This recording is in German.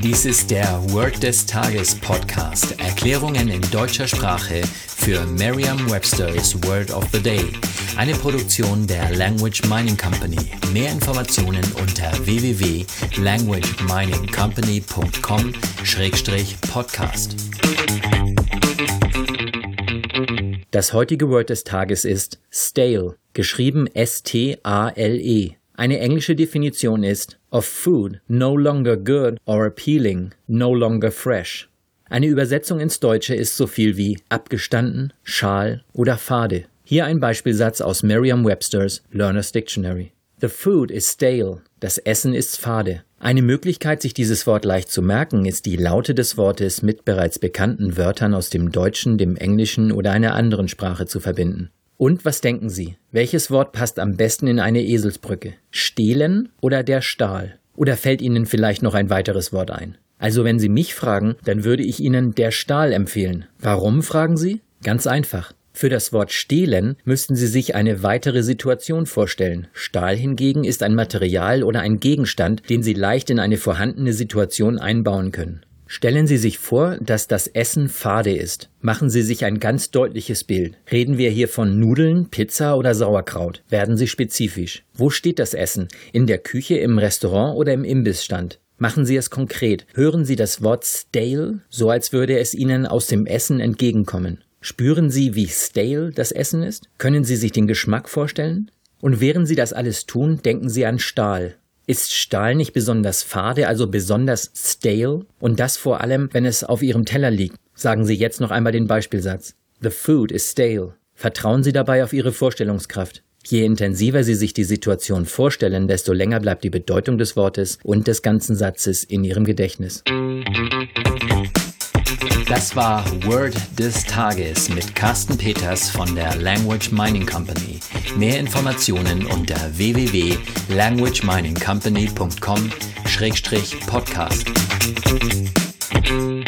Dies ist der Word des Tages Podcast. Erklärungen in deutscher Sprache für Merriam-Webster's Word of the Day. Eine Produktion der Language Mining Company. Mehr Informationen unter www.languageminingcompany.com/podcast. Das heutige Word des Tages ist stale, geschrieben S-T-A-L-E. Eine englische Definition ist of food no longer good or appealing, no longer fresh. Eine Übersetzung ins Deutsche ist so viel wie abgestanden, schal oder fade. Hier ein Beispielsatz aus Merriam-Webster's Learner's Dictionary. The food is stale. Das Essen ist fade. Eine Möglichkeit, sich dieses Wort leicht zu merken, ist die Laute des Wortes mit bereits bekannten Wörtern aus dem Deutschen, dem Englischen oder einer anderen Sprache zu verbinden. Und was denken Sie? Welches Wort passt am besten in eine Eselsbrücke? Stehlen oder der Stahl? Oder fällt Ihnen vielleicht noch ein weiteres Wort ein? Also wenn Sie mich fragen, dann würde ich Ihnen der Stahl empfehlen. Warum, fragen Sie? Ganz einfach. Für das Wort stehlen müssten Sie sich eine weitere Situation vorstellen. Stahl hingegen ist ein Material oder ein Gegenstand, den Sie leicht in eine vorhandene Situation einbauen können. Stellen Sie sich vor, dass das Essen fade ist. Machen Sie sich ein ganz deutliches Bild. Reden wir hier von Nudeln, Pizza oder Sauerkraut? Werden Sie spezifisch. Wo steht das Essen? In der Küche, im Restaurant oder im Imbissstand? Machen Sie es konkret. Hören Sie das Wort stale, so als würde es Ihnen aus dem Essen entgegenkommen. Spüren Sie, wie stale das Essen ist? Können Sie sich den Geschmack vorstellen? Und während Sie das alles tun, denken Sie an Stahl. Ist Stahl nicht besonders fade, also besonders stale? Und das vor allem, wenn es auf Ihrem Teller liegt. Sagen Sie jetzt noch einmal den Beispielsatz. The food is stale. Vertrauen Sie dabei auf Ihre Vorstellungskraft. Je intensiver Sie sich die Situation vorstellen, desto länger bleibt die Bedeutung des Wortes und des ganzen Satzes in Ihrem Gedächtnis. Das war Word des Tages mit Carsten Peters von der Language Mining Company. Mehr Informationen unter www.languageminingcompany.com/podcast.